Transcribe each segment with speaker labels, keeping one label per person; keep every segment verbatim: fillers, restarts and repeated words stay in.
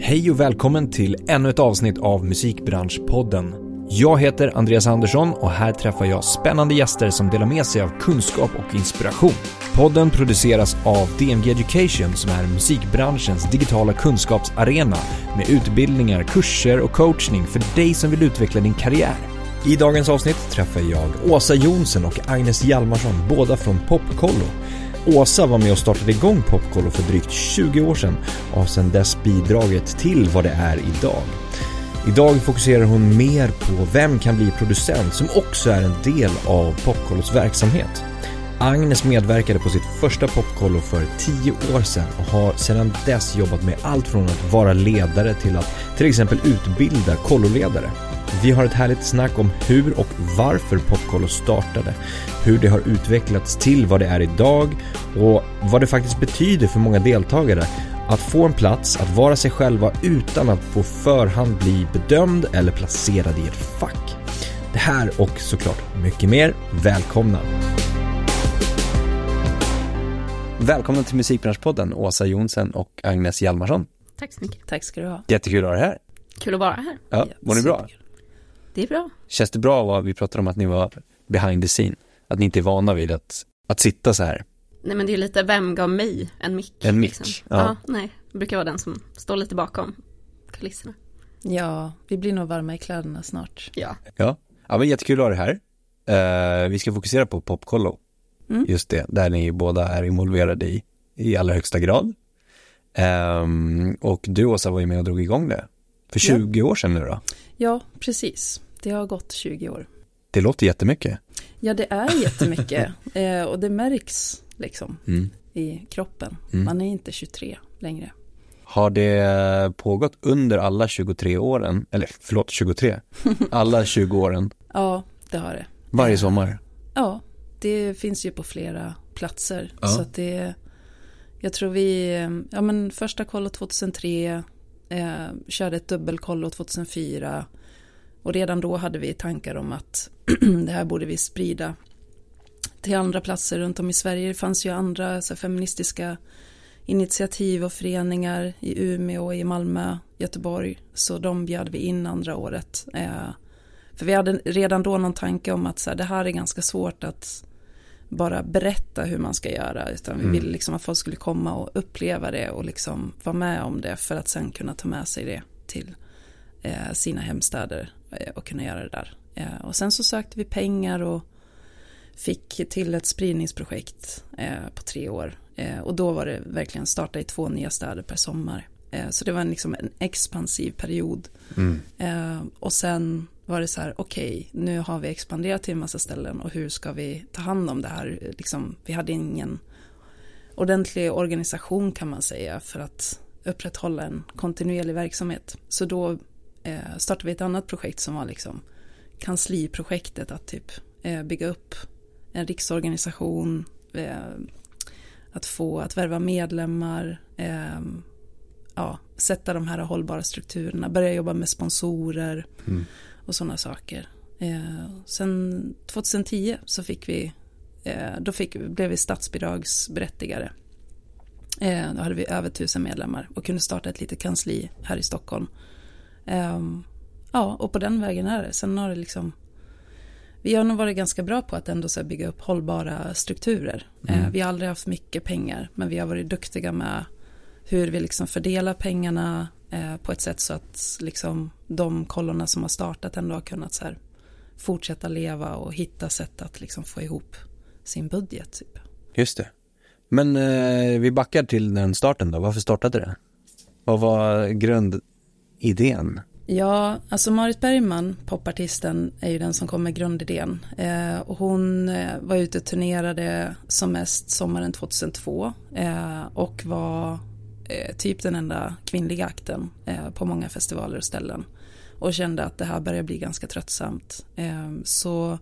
Speaker 1: Hej och välkommen till ännu ett avsnitt av Musikbranschpodden. Jag heter Andreas Andersson och här träffar jag spännande gäster som delar med sig av kunskap och inspiration. Podden produceras av D M G Education som är musikbranschens digitala kunskapsarena med utbildningar, kurser och coachning för dig som vill utveckla din karriär. I dagens avsnitt träffar jag Åsa Jonsson och Agnes Hjalmarsson, båda från Popkollo. Åsa var med och startade igång Popkollo för drygt tjugo år sedan och har sedan dess bidragit till vad det är idag. Idag fokuserar hon mer på vem kan bli producent som också är en del av Popkollos verksamhet. Agnes medverkade på sitt första Popkollo för tio år sedan och har sedan dess jobbat med allt från att vara ledare till att till exempel utbilda kolloledare. Vi har ett härligt snack om hur och varför Popkollo startade, hur det har utvecklats till vad det är idag och vad det faktiskt betyder för många deltagare att få en plats, att vara sig själva utan att på förhand bli bedömd eller placerad i ett fack. Det här och såklart mycket mer. Välkomna! Välkomna till Musikbranschpodden, Åsa Jonsson och Agnes Hjalmarsson.
Speaker 2: Tack så mycket.
Speaker 3: Tack ska du ha.
Speaker 1: Jättekul att ha dig här.
Speaker 2: Kul att vara här.
Speaker 1: Ja, var ni bra?
Speaker 2: Det är bra.
Speaker 1: Känns det bra vad vi pratar om att ni var behind the scene? Att ni inte är vana vid att, att sitta så här?
Speaker 2: Nej, men det är lite, vem gav mig en mick?
Speaker 1: En mick,
Speaker 2: liksom.
Speaker 1: ja.
Speaker 2: ja. Nej, det brukar vara den som står lite bakom kulisserna.
Speaker 3: Ja, vi blir nog varma i kläderna snart.
Speaker 2: Ja.
Speaker 1: Ja, ja men jättekul att ha dig här. Uh, vi ska fokusera på Popkollo. Mm. Just det, där ni båda är involverade i, i allra högsta grad. Um, och du, Åsa, var ju med och drog igång det. För tjugo ja. år sedan nu då?
Speaker 3: Ja, precis. Det har gått tjugo år.
Speaker 1: Det låter jättemycket.
Speaker 3: Ja, det är jättemycket. eh, och det märks liksom
Speaker 1: mm.
Speaker 3: i kroppen.
Speaker 1: Mm.
Speaker 3: Man är inte tjugotre längre.
Speaker 1: Har det pågått under alla tjugotre åren? Eller förlåt, tjugotre. Alla tjugo åren?
Speaker 3: Ja, det har det.
Speaker 1: Varje sommar?
Speaker 3: Ja, det finns ju på flera platser.
Speaker 1: Ja.
Speaker 3: Så att det, jag tror vi, ja men första kollo tjugohundratre, eh, körde ett dubbelkollo tjugohundrafyra och redan då hade vi tankar om att det här borde vi sprida till andra platser runt om i Sverige. Det fanns ju andra så här, feministiska initiativ och föreningar i Umeå, i Malmö, Göteborg, så de bjöd vi in andra året. Eh, för vi hade redan då någon tanke om att så här, det här är ganska svårt att bara berätta hur man ska göra, utan vi mm. ville liksom att folk skulle komma och uppleva det och liksom vara med om det för att sen kunna ta med sig det till eh, sina hemstäder eh, och kunna göra det där. Eh, och sen så sökte vi pengar och fick till ett spridningsprojekt eh, på tre år. Eh, och då var det verkligen starta i två nya städer per sommar. Eh, så det var en, liksom en expansiv period. Mm. Eh, och sen var det så här, okej, okay, nu har vi expanderat till en massa ställen och hur ska vi ta hand om det här? Liksom, vi hade ingen ordentlig organisation kan man säga för att upprätthålla en kontinuerlig verksamhet. Så då eh, startade vi ett annat projekt som var liksom kansliprojektet, att typ eh, bygga upp en riksorganisation, eh, att få att värva medlemmar, eh, ja, sätta de här hållbara strukturerna, börja jobba med sponsorer mm. och sådana saker. Eh, sen tjugohundratio så fick vi, eh, då fick, blev vi statsbidragsberättigare. Eh, då hade vi över tusen medlemmar och kunde starta ett litet kansli här i Stockholm. Eh, ja, och på den vägen är det. Sen har det liksom, vi har nog varit ganska bra på att ändå så här bygga upp hållbara strukturer. Mm. Eh, vi har aldrig haft mycket pengar, men vi har varit duktiga med hur vi liksom fördelar pengarna eh, på ett sätt så att liksom de kollorna som har startat ändå har kunnat så här fortsätta leva och hitta sätt att liksom få ihop sin budget. Typ.
Speaker 1: Just det. Men eh, vi backar till den starten då. Varför startade det? Vad var grundidén?
Speaker 3: Ja, alltså Marit Bergman, popartisten, är ju den som kom med grundidén. Eh, och hon eh, var ute och turnerade som mest sommaren tjugohundratvå eh, och var eh, typ den enda kvinnliga akten eh, på många festivaler och ställen. Och kände att det här börjar bli ganska tröttsamt. Eh, så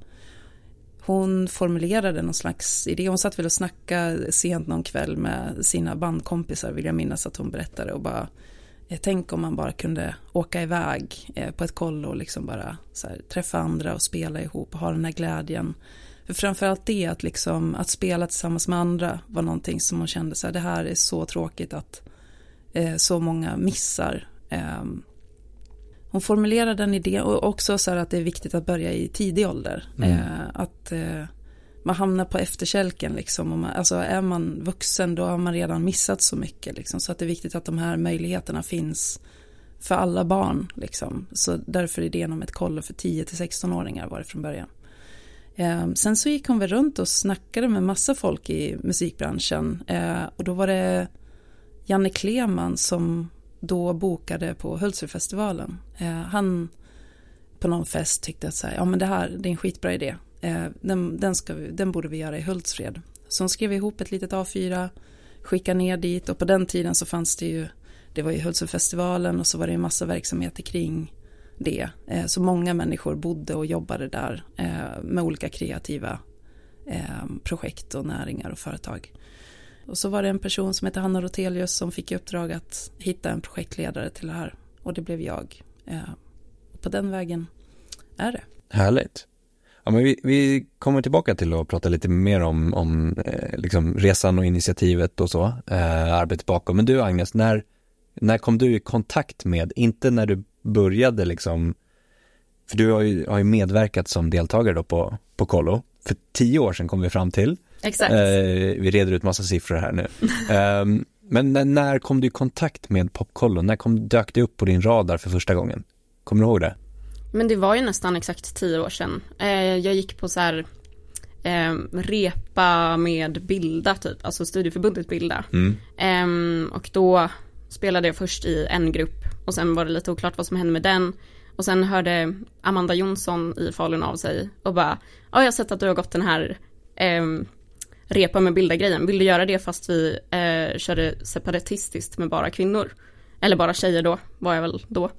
Speaker 3: hon formulerade någon slags idé. Hon satt väl och snackade sent någon kväll med sina bandkompisar, vill jag minnas att hon berättade, och bara tänk om man bara kunde åka iväg eh, på ett kollo och liksom bara så här, träffa andra och spela ihop och ha den här glädjen. För framförallt det att, liksom, att spela tillsammans med andra var någonting som man kände så här, det här är så tråkigt att eh, så många missar Eh, hon formulerade en idé och också så här att det är viktigt att börja i tidig ålder. Mm. Eh, att eh, man hamnar på efterkälken liksom. Och man, alltså är man vuxen då har man redan missat så mycket liksom. Så att det är viktigt att de här möjligheterna finns för alla barn liksom. Så därför idén om ett kollo för tio till sexton-åringar var det från början. Eh, sen så gick hon väl runt och snackade med massa folk i musikbranschen. Eh, och då var det Janne Kleman som då bokade på Hultsfredsfestivalen. Eh, han på någon fest tyckte att så här, ja men det här det är en skitbra idé. Eh, den, den, ska vi, den borde vi göra i Hultsfred. Så hon skrev ihop ett litet A fyra, skickade ner dit och på den tiden så fanns det ju, det var ju Hultsfredsfestivalen och så var det en massa verksamheter kring det. Eh, så många människor bodde och jobbade där eh, med olika kreativa eh, projekt och näringar och företag. Och så var det en person som heter Hanna Rotelius som fick i uppdrag att hitta en projektledare till det här. Och det blev jag. Eh, och på den vägen är det.
Speaker 1: Härligt. Ja, men vi, vi kommer tillbaka till att prata lite mer om, om eh, liksom resan och initiativet och så. Eh, arbetet bakom. Men du Agnes, när, när kom du i kontakt med, inte när du började liksom, för du har ju, har ju medverkat som deltagare då på, på Kollo. För tio år sedan kom vi fram till.
Speaker 2: Exakt.
Speaker 1: Eh, vi reder ut massa siffror här nu. eh, men när, när kom du i kontakt med Popkollo? När kom, dök det upp på din radar för första gången? Kommer du ihåg det?
Speaker 2: Men det var ju nästan exakt tio år sedan. Eh, jag gick på så här eh, repa med Bilda typ, alltså studieförbundet Bilda. Mm. Eh, och då spelade jag först i en grupp och sen var det lite oklart vad som hände med den. Och sen hörde Amanda Jonsson i Falun av sig och bara, ja jag har sett att du har gått den här eh, repa med Bilda-grejen. Vill du göra det fast vi eh, körde separatistiskt med bara kvinnor? Eller bara tjejer då, var jag väl då.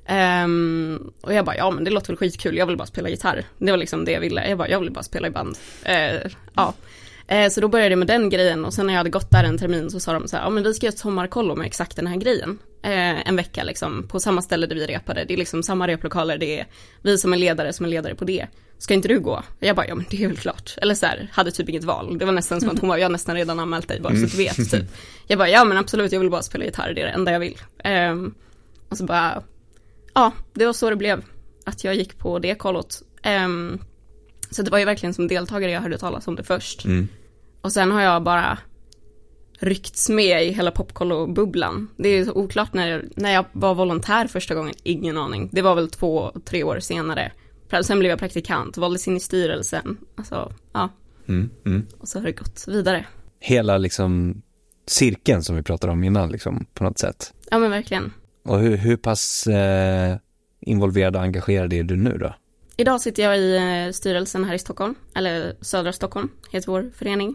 Speaker 2: Um, och jag bara, ja men det låter väl skitkul, jag vill bara spela gitarr. Det var liksom det jag ville, jag bara, jag vill bara spela i band. uh, Ja uh, Så då började jag med den grejen. Och sen när jag hade gått där en termin så sa de så här, ja men vi ska göra ett sommarkollo med exakt den här grejen, uh, en vecka liksom, på samma ställe där vi repade. Det är liksom samma replokaler, det är vi som är ledare som är ledare på det. Ska inte du gå? Jag bara, ja men det är väl klart. Eller så här, hade typ inget val. Det var nästan som att hon var, jag har nästan redan anmält dig bara så att du vet typ. Jag bara, ja men absolut, jag vill bara spela gitarr, det är det enda jag vill. um, Och så bara, ja, det var så det blev att jag gick på det kollot. Um, så det var ju verkligen som deltagare jag hörde talas om det först. Mm. Och sen har jag bara ryckts med i hela popkollo-bubblan. Det är så oklart när jag, när jag var volontär första gången, ingen aning. Det var väl två, tre år senare. Sen blev jag praktikant, valdes in i styrelsen. Alltså, ja. Mm, mm. Och så har det gått vidare.
Speaker 1: Hela liksom cirkeln som vi pratade om innan liksom, på något sätt.
Speaker 2: Ja men verkligen.
Speaker 1: Och hur, hur pass eh, involverad och engagerad är du nu då?
Speaker 2: Idag sitter jag i eh, styrelsen här i Stockholm. Eller södra Stockholm heter vår förening.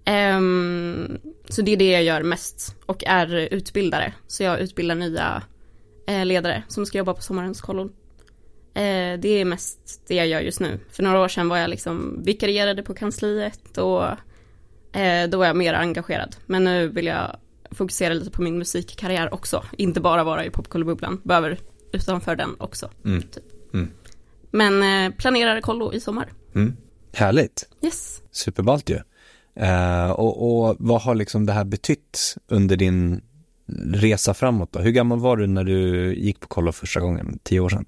Speaker 2: Um, så det är det jag gör mest. Och är utbildare. Så jag utbildar nya eh, ledare som ska jobba på sommarens kollon. Eh, det är mest det jag gör just nu. För några år sedan var jag liksom vikarierade på kansliet. Och eh, då var jag mer engagerad. Men nu vill jag fokusera lite på min musikkarriär också. Inte bara vara i popkollobubblan. Behöver utanför den också. Mm. Typ. Mm. Men eh, planerar kollo i sommar.
Speaker 1: Mm. Härligt.
Speaker 2: Yes.
Speaker 1: Superballt ju. Uh, och, och vad har liksom det här betytt under din resa framåt då? Hur gammal var du när du gick på kollo första gången? Tio år sedan?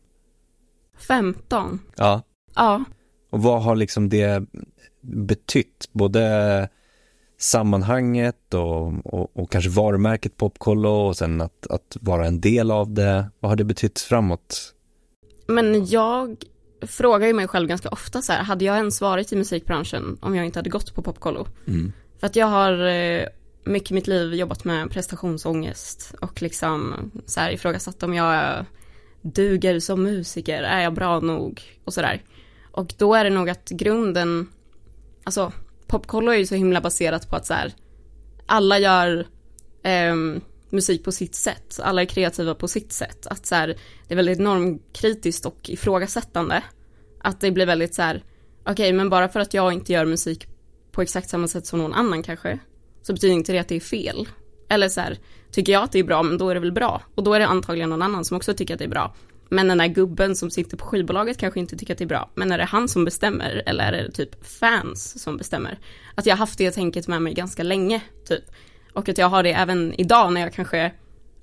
Speaker 2: femton.
Speaker 1: Ja.
Speaker 2: Ja.
Speaker 1: Och vad har liksom det betytt? Både sammanhanget och, och, och kanske varumärket Popkollo och sen att, att vara en del av det. Vad har det betytt framåt? Men
Speaker 2: jag frågar ju mig själv ganska ofta så här, hade jag ens varit i musikbranschen om jag inte hade gått på Popkollo? Mm. För att jag har eh, mycket i mitt liv jobbat med prestationsångest och liksom så här ifrågasatt om jag duger som musiker, är jag bra nog och sådär. Och då är det nog att grunden, alltså Popkollo är ju så himla baserat på att så här, alla gör eh, musik på sitt sätt. Alla är kreativa på sitt sätt. Att så här, det är väldigt normkritiskt och ifrågasättande. Att det blir väldigt så här, okej, okay, men bara för att jag inte gör musik på exakt samma sätt som någon annan kanske, så betyder inte det att det är fel. Eller så här, tycker jag att det är bra, men då är det väl bra. Och då är det antagligen någon annan som också tycker att det är bra. Men den där gubben som sitter på skivbolaget kanske inte tycker att det är bra. Men är det han som bestämmer? Eller är det typ fans som bestämmer? Att jag har haft det tänket med mig ganska länge, typ. Och att jag har det även idag när jag kanske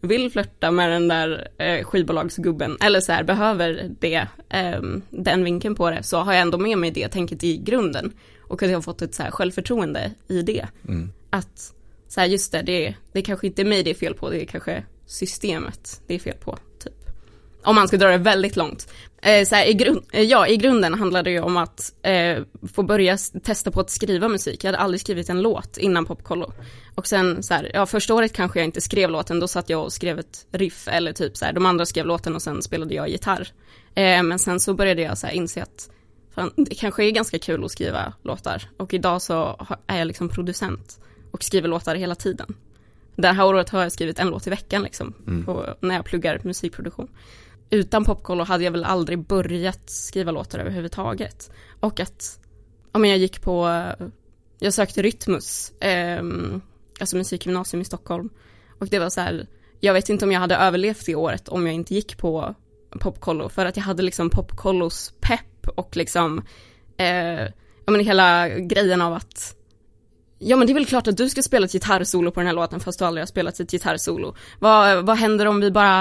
Speaker 2: vill flirta med den där eh, skivbolagsgubben eller så här, behöver det, eh, den vinkeln på det, så har jag ändå med mig det tänket i grunden. Och att jag har fått ett så här självförtroende i det. Mm. Att så här, just det, det, det är kanske inte mig det är fel på, det är kanske systemet det är fel på, typ. Om man ska dra det väldigt långt. Eh, så här, i, grund, eh, ja, i grunden handlar det ju om att eh, få börja testa på att skriva musik. Jag hade aldrig skrivit en låt innan Popkollo. Och sen så här, ja, första året kanske jag inte skrev låten, då satt jag och skrev ett riff eller typ så här, de andra skrev låten och sen spelade jag gitarr. Eh, men sen så började jag så här inse att fan, det kanske är ganska kul att skriva låtar. Och idag så är jag liksom producent och skriver låtar hela tiden. Det här året har jag skrivit en låt i veckan liksom, mm. på, när jag pluggar musikproduktion. Utan Popkollo hade jag väl aldrig börjat skriva låtar överhuvudtaget. Och att, om jag gick på, jag sökte Rytmus, eh, alltså musikgymnasium i Stockholm. Och det var så här, jag vet inte om jag hade överlevt det året om jag inte gick på Popkollo. För att jag hade liksom Popkollos pepp och liksom, eh, ja men hela grejen av att, ja men det är väl klart att du ska spela ett gitarrsolo på den här låten fast du aldrig har spelat ett gitarrsolo. Vad, vad händer om vi bara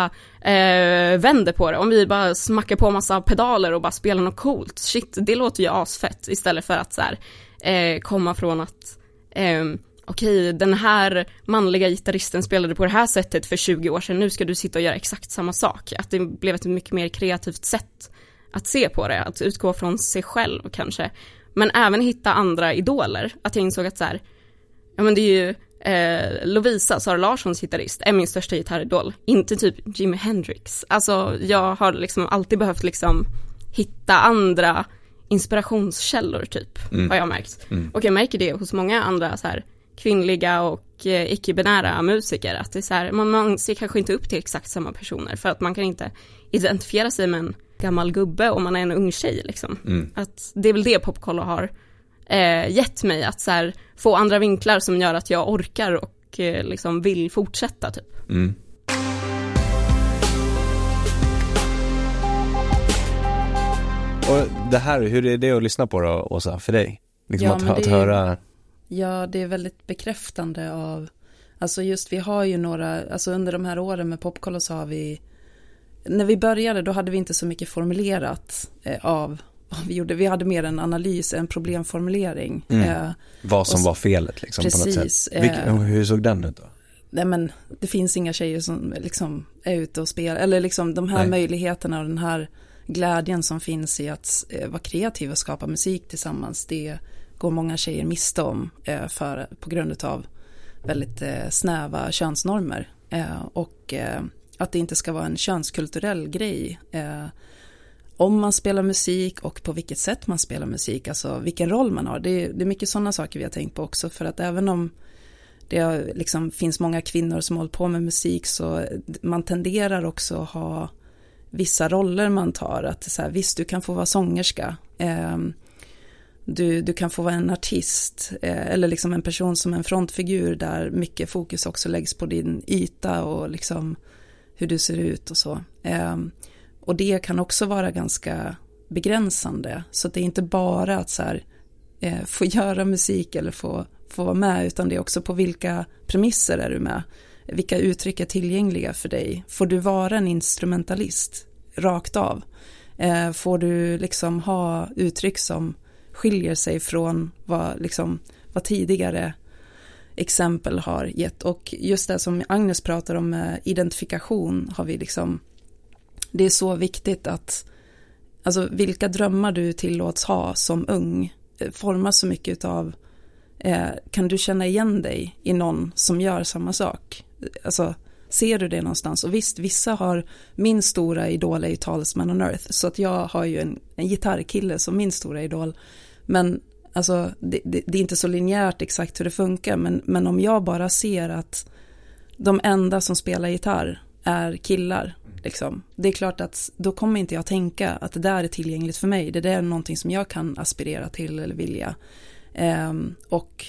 Speaker 2: eh, vänder på det? Om vi bara smackar på massa pedaler och bara spelar något coolt? Shit, det låter ju asfett istället för att så här, eh, komma från att eh, okej, den här manliga gitarristen spelade på det här sättet för tjugo år sedan. Nu ska du sitta och göra exakt samma sak. Att det blev ett mycket mer kreativt sätt att se på det. Att utgå från sig själv kanske. Men även hitta andra idoler. Att jag insåg att så här, ja men det är ju eh, Lovisa, Sara Larssons gitarrist, är min största gitarridol. Inte typ Jimi Hendrix. Alltså jag har liksom alltid behövt liksom hitta andra inspirationskällor typ, mm. har jag märkt. Mm. Och jag märker det hos många andra så här kvinnliga och eh, icke-binära musiker. Att det är så här, man, man ser kanske inte upp till exakt samma personer. För att man kan inte identifiera sig med en gammal gubbe om man är en ung tjej liksom. Mm. Att det är väl det Popkollo har eh, gett mig, att så här, få andra vinklar som gör att jag orkar och eh, liksom vill fortsätta typ. Mm.
Speaker 4: Och det här, hur är det att lyssna på då, Åsa, för dig? Liksom
Speaker 3: ja,
Speaker 4: att,
Speaker 3: det,
Speaker 4: att höra...
Speaker 3: Ja, det är väldigt bekräftande av, alltså just vi har ju några, alltså under de här åren med Popkollo så har vi, när vi började då hade vi inte så mycket formulerat eh, av vad vi gjorde. Vi hade mer en analys, en problemformulering.
Speaker 4: Mm.
Speaker 3: Eh,
Speaker 4: vad som
Speaker 3: och,
Speaker 4: var felet liksom
Speaker 3: precis,
Speaker 4: på något sätt.
Speaker 3: Eh,
Speaker 4: Vilk, hur såg den ut då?
Speaker 3: Nej men det finns inga tjejer som liksom är ute och spelar, eller liksom de här nej. möjligheterna och den här glädjen som finns i att eh, vara kreativ och skapa musik tillsammans, det går många tjejer miste om eh, för, på grund av väldigt eh, snäva könsnormer eh, och eh, att det inte ska vara en könskulturell grej eh, om man spelar musik och på vilket sätt man spelar musik, alltså vilken roll man har. Det är, det är mycket sådana saker vi har tänkt på också, för att även om det liksom finns många kvinnor som håller på med musik, så man tenderar också att ha vissa roller man tar, att så här, visst du kan få vara sångerska, eh, Du, du kan få vara en artist eh, eller liksom en person som en frontfigur där mycket fokus också läggs på din yta och liksom hur du ser ut och så. Eh, och det kan också vara ganska begränsande, så att det är inte bara att så här, eh, få göra musik eller få, få vara med, utan det är också på vilka premisser är du med, vilka uttryck är tillgängliga för dig. Får du vara en instrumentalist rakt av? Eh, får du liksom ha uttryck som skiljer sig från vad, liksom, vad tidigare exempel har gett. Och just det som Agnes pratar om med identifikation har vi liksom, det är så viktigt att alltså vilka drömmar du tillåts ha som ung formas så mycket av eh, kan du känna igen dig i någon som gör samma sak? Alltså ser du det någonstans? Och visst, vissa har, min stora idol är ju Talisman on Earth, så att jag har ju en, en gitarrkille som min stora idol. Men alltså, det, det, det är inte så linjärt exakt hur det funkar, men, men om jag bara ser att de enda som spelar gitarr är killar, liksom, det är klart att då kommer inte jag tänka att det där är tillgängligt för mig. Det där är någonting som jag kan aspirera till eller vilja. Um, och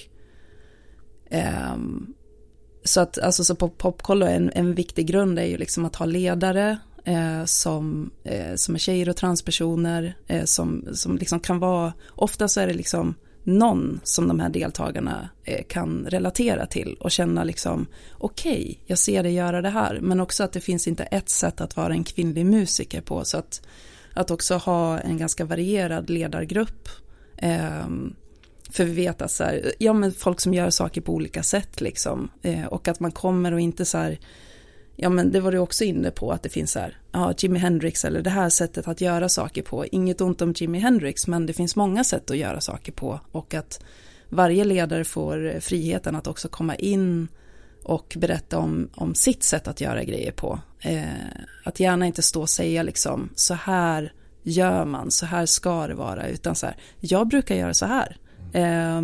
Speaker 3: um, så att alltså, så på Popkollo en, en viktig grund är ju liksom att ha ledare eh, som, eh, som är tjejer och transpersoner eh, som, som liksom kan vara, ofta så är det liksom någon som de här deltagarna eh, kan relatera till och känna liksom okej, okay, jag ser dig göra det här, men också att det finns inte ett sätt att vara en kvinnlig musiker på, så att, att också ha en ganska varierad ledargrupp. Eh, för vi vet att så här, ja, men folk som gör saker på olika sätt liksom, eh, och att man kommer och inte så här, ja men det var du också inne på, att det finns så här, ja, Jimi Hendrix eller det här sättet att göra saker på. Inget ont om Jimi Hendrix, men det finns många sätt att göra saker på, och att varje ledare får friheten att också komma in och berätta om, om sitt sätt att göra grejer på. Eh, att gärna inte stå och säga liksom, så här gör man, så här ska det vara, utan så här, jag brukar göra så här. Eh,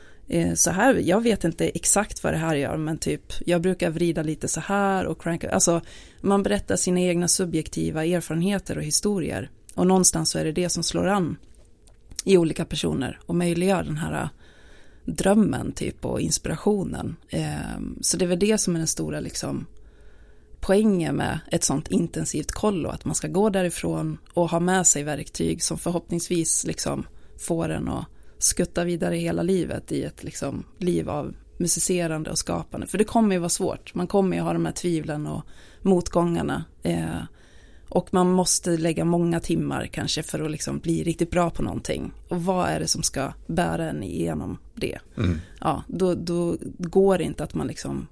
Speaker 3: Så här, jag vet inte exakt vad det här gör, men typ jag brukar vrida lite så här och cranka, alltså man berättar sina egna subjektiva erfarenheter och historier, och någonstans så är det det som slår an i olika personer och möjliggör den här drömmen typ och inspirationen. Så det är väl det som är den stora liksom poängen med ett sånt intensivt kollo, att man ska gå därifrån och ha med sig verktyg som förhoppningsvis liksom får en att skutta vidare hela livet i ett liksom liv av musicerande och skapande. För det kommer ju vara svårt. Man kommer ju ha de här tvivlen och motgångarna. Eh, och man måste lägga många timmar kanske för att liksom bli riktigt bra på någonting. Och vad är det som ska bära en igenom det? Mm. Ja, då, då går det inte att man liksom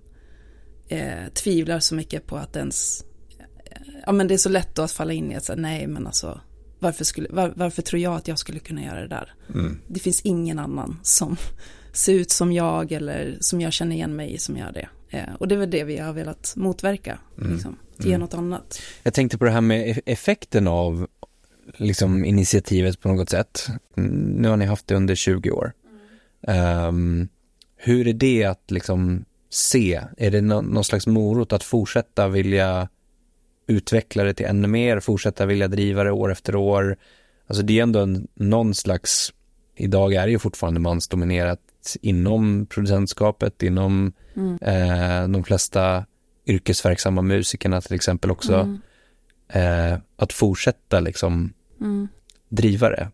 Speaker 3: eh, tvivlar så mycket på att ens... Ja, men det är så lätt att falla in i att säga, nej men alltså... Varför, skulle, var, varför tror jag att jag skulle kunna göra det där? Mm. Det finns ingen annan som ser ut som jag eller som jag känner igen mig i som gör det. Eh, och det är väl det vi har velat motverka. Mm. Liksom, ge mm. något annat.
Speaker 4: Jag tänkte på det här med effekten av liksom, initiativet på något sätt. Nu har ni haft det under tjugo år. Mm. Um, hur är det att liksom, se? Är det no- någon slags morot att fortsätta vilja... utveckla det till ännu mer, fortsätta vilja driva det år efter år. Alltså det är ändå en, någon slags, idag är det ju fortfarande mansdominerat inom producentskapet, inom mm. eh, de flesta yrkesverksamma musikerna till exempel också. Mm. Eh, att fortsätta liksom mm. driva det.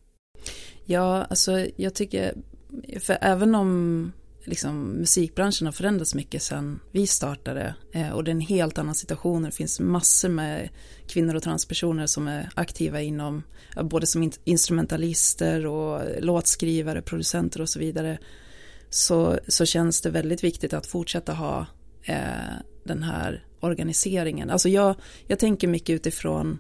Speaker 3: Ja, alltså jag tycker, för även om liksom musikbranschen har förändrats mycket sedan vi startade, eh, och det är en helt annan situation. Det finns massor med kvinnor och transpersoner som är aktiva inom, ja, både som in- instrumentalister och låtskrivare, producenter och så vidare, så, så känns det väldigt viktigt att fortsätta ha eh, den här organiseringen. Alltså jag, jag tänker mycket utifrån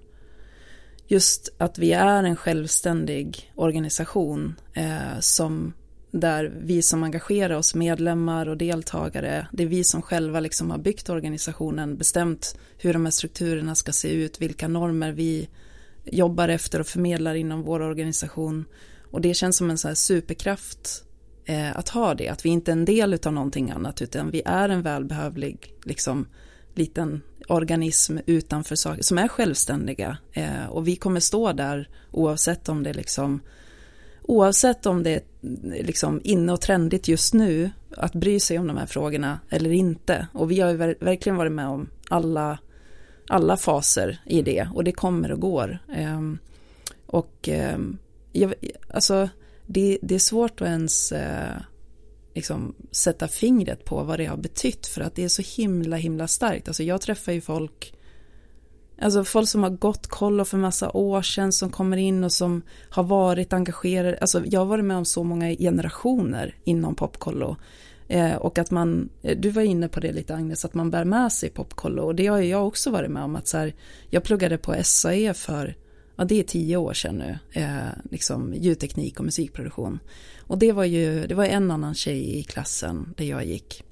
Speaker 3: just att vi är en självständig organisation eh, som där vi som engagerar oss, medlemmar och deltagare, det är vi som själva liksom har byggt organisationen, bestämt hur de här strukturerna ska se ut, vilka normer vi jobbar efter och förmedlar inom vår organisation. Och det känns som en så här superkraft eh, att ha det, att vi inte är en del av någonting annat, utan vi är en välbehövlig liksom, liten organism utanför saker som är självständiga. Eh, och vi kommer stå där oavsett om det liksom Oavsett om det är liksom inne och trendigt just nu att bry sig om de här frågorna eller inte. Och vi har ju ver- verkligen varit med om alla, alla faser i det. Och det kommer och går. Um, och um, jag, alltså, det, det är svårt att ens uh, liksom, sätta fingret på vad det har betytt. För att det är så himla, himla starkt. Alltså, jag träffar ju folk... Alltså folk som har gått kollo för massa år sedan, som kommer in och som har varit engagerade. Alltså jag har varit med om så många generationer inom popkollo. Eh, och att man, du var inne på det lite Agnes, att man bär med sig popkollo. Och det har jag också varit med om. Att så här, jag pluggade på S A E för, ja det är tio år sedan nu. Eh, liksom ljudteknik och musikproduktion. Och det var ju, det var en annan tjej i klassen där jag gick.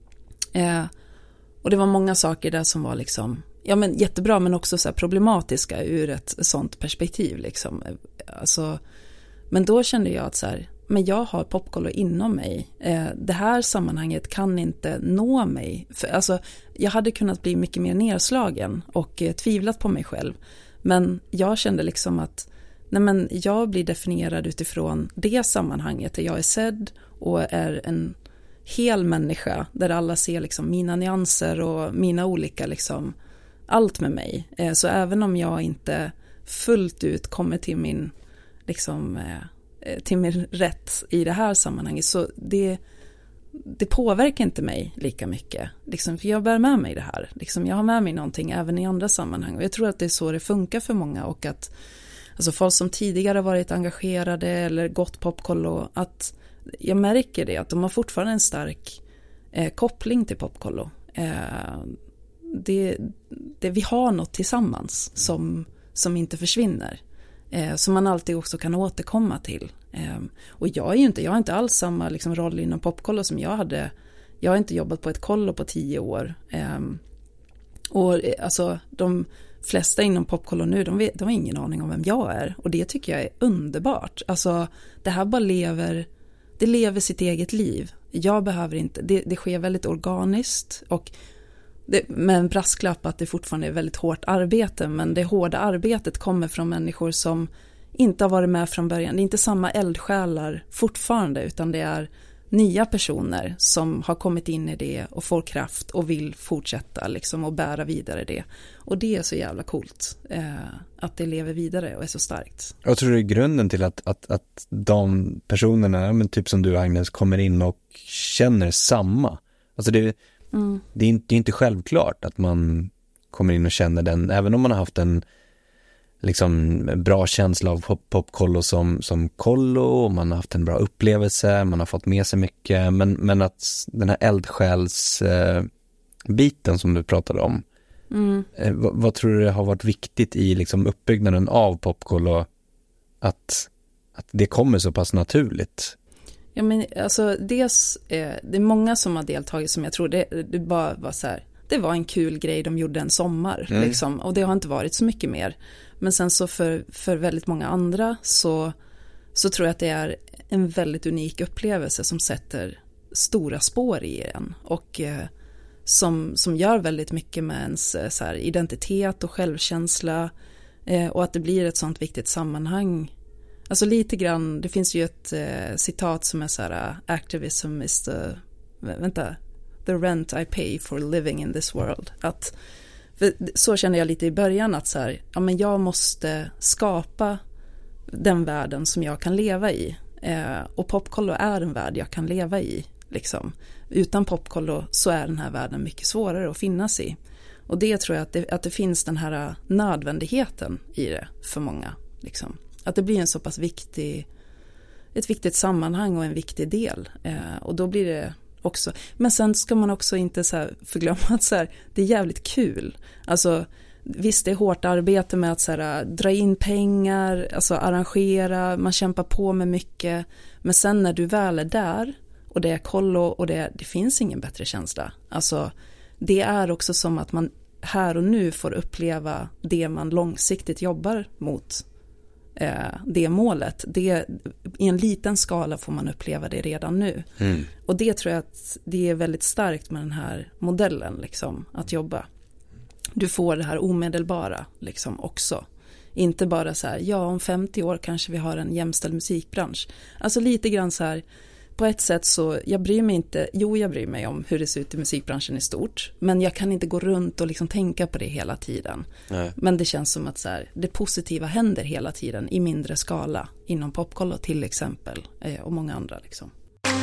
Speaker 3: Eh, och det var många saker där som var liksom... Ja men jättebra, men också så här problematiska ur ett sånt perspektiv liksom. Alltså, men då kände jag att så här, men jag har popkollo inom mig. Eh, det här sammanhanget kan inte nå mig. För, alltså, jag hade kunnat bli mycket mer nedslagen och eh, tvivlat på mig själv. Men jag kände liksom att nej men jag blir definierad utifrån det sammanhanget där jag är sedd och är en hel människa där alla ser liksom mina nyanser och mina olika liksom allt med mig. Så även om jag inte fullt ut kommer till min liksom till min rätt i det här sammanhanget, så det, det påverkar inte mig lika mycket. Liksom, för jag bär med mig det här. Liksom, jag har med mig någonting även i andra sammanhang. Och jag tror att det är så det funkar för många. Och att alltså, folk som tidigare varit engagerade eller gått popkollo, att jag märker det, att de har fortfarande en stark eh, koppling till popkollo. Eh, det, det, vi har något tillsammans som, som inte försvinner. Eh, som man alltid också kan återkomma till. Eh, och jag är ju inte, jag har inte alls samma liksom, roll inom popkollo som jag hade. Jag har inte jobbat på ett kollo på tio år. Eh, och alltså de flesta inom popkollo nu, de, vet, de har ingen aning om vem jag är. Och det tycker jag är underbart. Alltså det här bara lever, det lever sitt eget liv. Jag behöver inte, det, det sker väldigt organiskt och det, med en brasklapp att det fortfarande är väldigt hårt arbete, men det hårda arbetet kommer från människor som inte har varit med från början. Det är inte samma eldsjälar fortfarande, utan det är nya personer som har kommit in i det och får kraft och vill fortsätta liksom, och bära vidare det. Och det är så jävla coolt eh, att det lever vidare och är så starkt.
Speaker 4: Jag tror det är grunden till att, att, att de personerna, men typ som du Agnes, kommer in och känner samma. Alltså det, mm. det, är inte, det är inte självklart att man kommer in och känner den, även om man har haft en liksom bra känsla av pop- popkollo som, som kollo, och man har haft en bra upplevelse, man har fått med sig mycket, men, men att den här eldsjäls eh, biten som du pratade om, mm. eh, vad, vad tror du har varit viktigt i liksom uppbyggnaden av popkollo, att, att det kommer så pass naturligt?
Speaker 3: Ja, men alltså dels, eh, det är många som har deltagit som jag tror det, det bara var så här, det var en kul grej de gjorde en sommar mm. liksom, och det har inte varit så mycket mer. Men sen så för, för väldigt många andra så, så tror jag att det är en väldigt unik upplevelse som sätter stora spår i en och eh, som, som gör väldigt mycket med ens så här, identitet och självkänsla eh, och att det blir ett sånt viktigt sammanhang. Alltså lite grann, det finns ju ett eh, citat som är så här, activism is the, vänta, the rent I pay for living in this world. Att för så kände jag lite i början att så här, ja, men jag måste skapa den världen som jag kan leva i. Eh, och popkollo är en värld jag kan leva i. Liksom. Utan popkollo så är den här världen mycket svårare att finnas i. Och det tror jag att det, att det finns den här nödvändigheten i det för många. Liksom. Att det blir en så pass viktig, ett viktigt sammanhang och en viktig del. Eh, och då blir det också. Men sen ska man också inte så här förglömma att så här, det är jävligt kul. Alltså visst, det är hårt arbete med att så här, dra in pengar, alltså arrangera, man kämpar på med mycket. Men sen när du väl är där och det är kollo och det, det finns ingen bättre känsla. Alltså det är också som att man här och nu får uppleva det man långsiktigt jobbar mot. Det målet, det, i en liten skala får man uppleva det redan nu. Mm. Och det tror jag att det är väldigt starkt med den här modellen liksom, att jobba. Du får det här omedelbara liksom också. Inte bara så här, ja om femtio år kanske vi har en jämställd musikbransch. Alltså lite grann så här, på ett sätt så, jag bryr mig inte, jo jag bryr mig om hur det ser ut i musikbranschen i stort, men jag kan inte gå runt och liksom tänka på det hela tiden. Nej. Men det känns som att så här, det positiva händer hela tiden i mindre skala inom popkollo till exempel, och många andra liksom.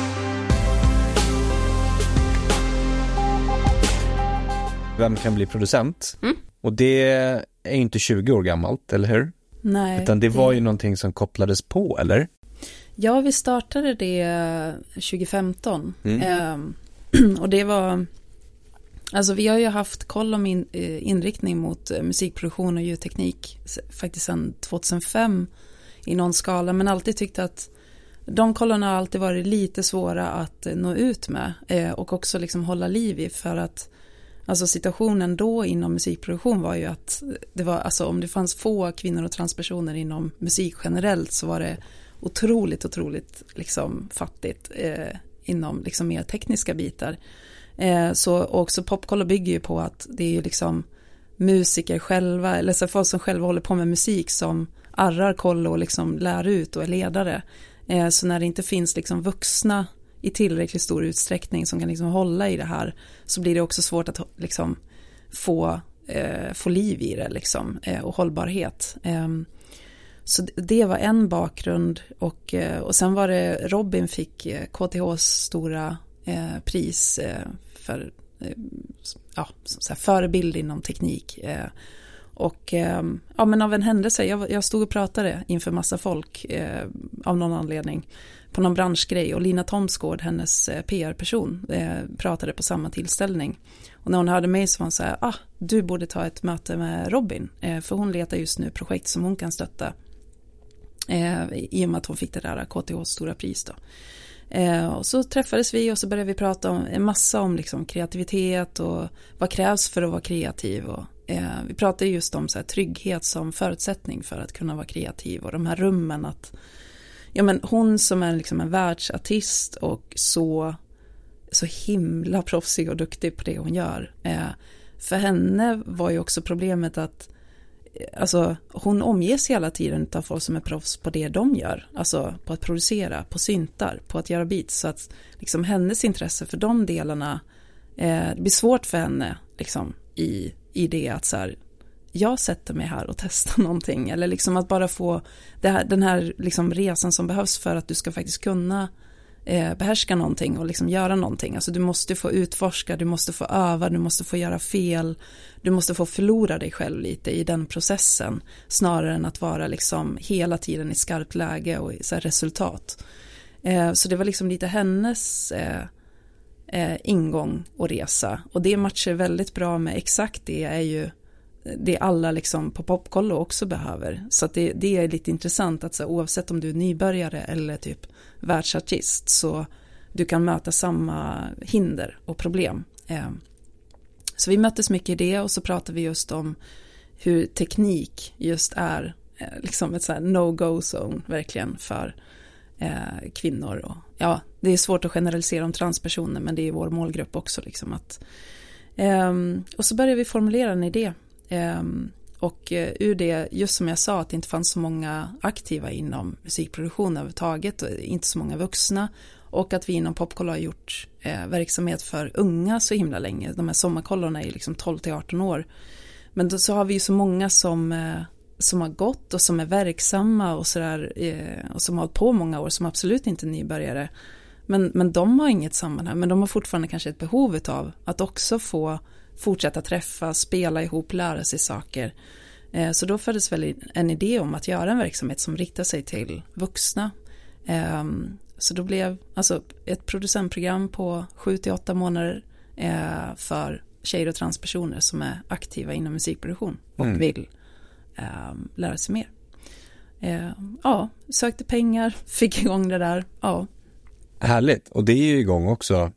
Speaker 4: Vem kan bli producent? Mm. Och det är inte tjugo år gammalt, eller hur?
Speaker 3: Nej.
Speaker 4: Utan det var det... ju någonting som kopplades på, eller?
Speaker 3: Ja, vi startade det tjugo femton. Mm. Ehm, och det var, alltså vi har ju haft koll om in, inriktning mot musikproduktion och ljudteknik faktiskt sedan tjugohundrafem i någon skala, men alltid tyckt att de kollorna har alltid varit lite svåra att nå ut med eh, och också liksom hålla liv i, för att alltså situationen då inom musikproduktion var ju att det var, alltså om det fanns få kvinnor och transpersoner inom musik generellt så var det otroligt, otroligt liksom fattigt eh, inom liksom mer tekniska bitar. Eh, så också popkollo bygger ju på att det är ju liksom musiker själva, eller så folk som själva håller på med musik som arrar kollo och liksom lär ut och är ledare. Eh, så när det inte finns liksom vuxna i tillräckligt stor utsträckning som kan liksom hålla i det här, så blir det också svårt att liksom få, eh, få liv i det liksom, eh, och hållbarhet. Eh, så det var en bakgrund och, och sen var det Robin fick K T H:s stora eh, pris eh, för eh, ja, så här, förebild inom teknik. Eh, och eh, ja, men av en händelse, jag, jag stod och pratade inför massa folk eh, av någon anledning på någon branschgrej och Lina Thomsgård, hennes eh, P R-person, eh, pratade på samma tillställning. Och när hon hörde mig så var hon så här, ah, du borde ta ett möte med Robin, eh, för hon letar just nu projekt som hon kan stötta. Eh, I och med att hon fick det där K T H:s stora pris då. Eh, och så träffades vi och så började vi prata om en massa om liksom kreativitet och vad krävs för att vara kreativ. Och, eh, vi pratade just om så här, trygghet som förutsättning för att kunna vara kreativ och de här rummen att ja, men hon som är liksom en världsartist och så, så himla proffsig och duktig på det hon gör. Eh, för henne var ju också problemet att alltså, hon omges hela tiden av folk som är proffs på det de gör. Alltså på att producera, på syntar, på att göra beats. Så att liksom, hennes intresse för de delarna eh, det blir svårt för henne liksom, i, i det att så här, jag sätter mig här och testar någonting. Eller liksom att bara få det här, den här liksom, resan som behövs för att du ska faktiskt kunna eh, behärska någonting och liksom göra någonting. Alltså du måste få utforska, du måste få öva, du måste få göra fel. Du måste få förlora dig själv lite i den processen snarare än att vara liksom hela tiden i skarpt läge och så här, resultat. Eh, så det var liksom lite hennes eh, eh, ingång och resa. Och det matchar väldigt bra med exakt det är ju det alla liksom på Popkollo också behöver. Så att det, det är lite intressant att så, oavsett om du är nybörjare eller typ världsartist så du kan möta samma hinder och problem. Eh, så vi möttes mycket i det och så pratade vi just om hur teknik just är eh, liksom ett så här no-go zone verkligen för eh, kvinnor. Och, ja, det är svårt att generalisera om transpersoner men det är vår målgrupp också. Liksom att, eh, och så började vi formulera en idé. Um, och uh, ur det, just som jag sa att det inte fanns så många aktiva inom musikproduktion överhuvudtaget och inte så många vuxna och att vi inom Popkollo har gjort uh, verksamhet för unga så himla länge, de här sommarkollorna är liksom tolv till arton år men då så har vi ju så många som, uh, som har gått och som är verksamma och, sådär, uh, och som har hållit på många år som absolut inte är nybörjare men, men de har inget sammanhang men de har fortfarande kanske ett behov av att också få fortsätta träffa, spela ihop, lära sig saker. Eh, så då föddes väl en idé om att göra en verksamhet som riktar sig till vuxna. Eh, så då blev alltså ett producentprogram på sju till åtta månader eh, för tjejer och transpersoner som är aktiva inom musikproduktion och mm. vill eh, lära sig mer. Eh, ja, sökte pengar, fick igång det där. Ja.
Speaker 4: Härligt, och det är ju igång också.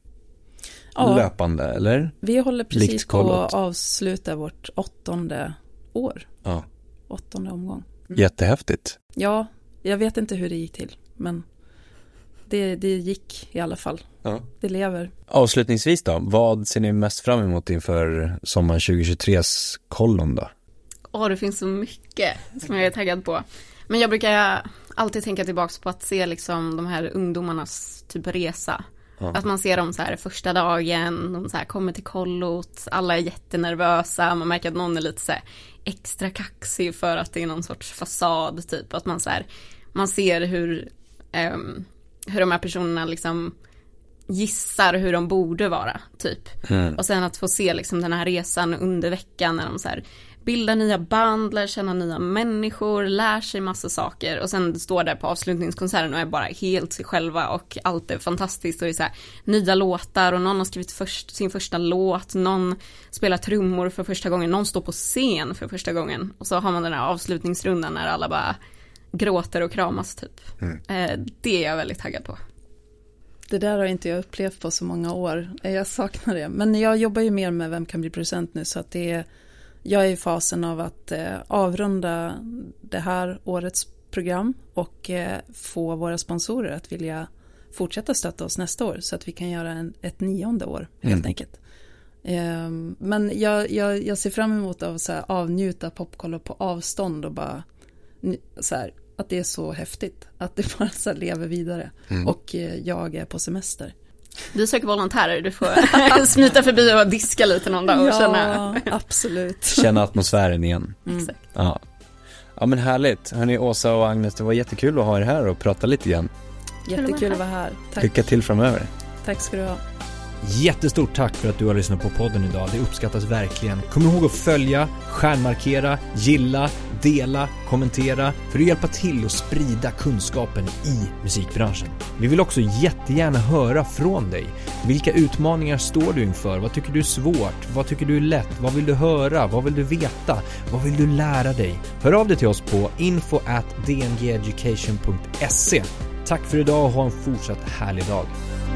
Speaker 4: Ja, löpande, eller?
Speaker 3: Vi håller precis på att avsluta vårt åttonde år. Ja. Åttonde omgång.
Speaker 4: Mm. Jättehäftigt.
Speaker 3: Ja, jag vet inte hur det gick till, men det, det gick i alla fall. Ja. Det lever.
Speaker 4: Avslutningsvis då, vad ser ni mest fram emot inför sommar tjugohundratjugotres kollon då?
Speaker 2: Åh, det finns så mycket som jag är taggad på. Men jag brukar alltid tänka tillbaka på att se liksom de här ungdomarnas typ resa. Ja. Att man ser dem så här första dagen, de så här kommer till kollot, alla är jättenervösa, man märker att någon är lite så här extra kaxig för att det är någon sorts fasad typ, att man så här, man ser hur um, hur de här personerna liksom gissar hur de borde vara typ. Mm. Och sen att få se liksom den här resan under veckan när de så här bildar nya band, lär känna nya människor, lär sig massa saker och sen står där på avslutningskonserten och är bara helt sig själva och allt är fantastiskt och det är så här, nya låtar och någon har skrivit först, sin första låt, någon spelar trummor för första gången, någon står på scen för första gången och så har man den här avslutningsrundan när alla bara gråter och kramas typ. Mm. Eh, det är jag väldigt taggad på.
Speaker 3: Det där har inte jag upplevt på så många år. Jag saknar det. Men jag jobbar ju mer med Vem kan bli producent nu så att det är jag är i fasen av att eh, avrunda det här årets program och eh, få våra sponsorer att vilja fortsätta stötta oss nästa år så att vi kan göra en, ett nionde år helt mm. enkelt. Eh, men jag, jag, jag ser fram emot att så här, avnjuta Popkollo på avstånd och bara så här, att det är så häftigt att det bara så här, lever vidare mm. och eh, jag är på semester.
Speaker 2: Du söker volontärer, du får smita förbi och diska lite någon dag och
Speaker 3: ja,
Speaker 2: känna...
Speaker 3: absolut.
Speaker 4: Känna atmosfären igen.
Speaker 2: Mm. Exakt.
Speaker 4: Ja. Ja men härligt. Hörrni, Åsa och Agnes, det var jättekul att ha er här och prata lite grann.
Speaker 3: Jättekul att vara här. Tack.
Speaker 4: Lycka till framöver.
Speaker 3: Tack ska du ha.
Speaker 1: Jättestort tack för att du har lyssnat på podden idag. Det uppskattas verkligen. Kom ihåg att följa, stjärnmarkera, gilla, dela, kommentera för att hjälpa till att sprida kunskapen i musikbranschen. Vi vill också jättegärna höra från dig. Vilka utmaningar står du inför? Vad tycker du är svårt? Vad tycker du är lätt? Vad vill du höra? Vad vill du veta? Vad vill du lära dig? Hör av dig till oss på info at d n g education punkt s e. Tack för idag och ha en fortsatt härlig dag.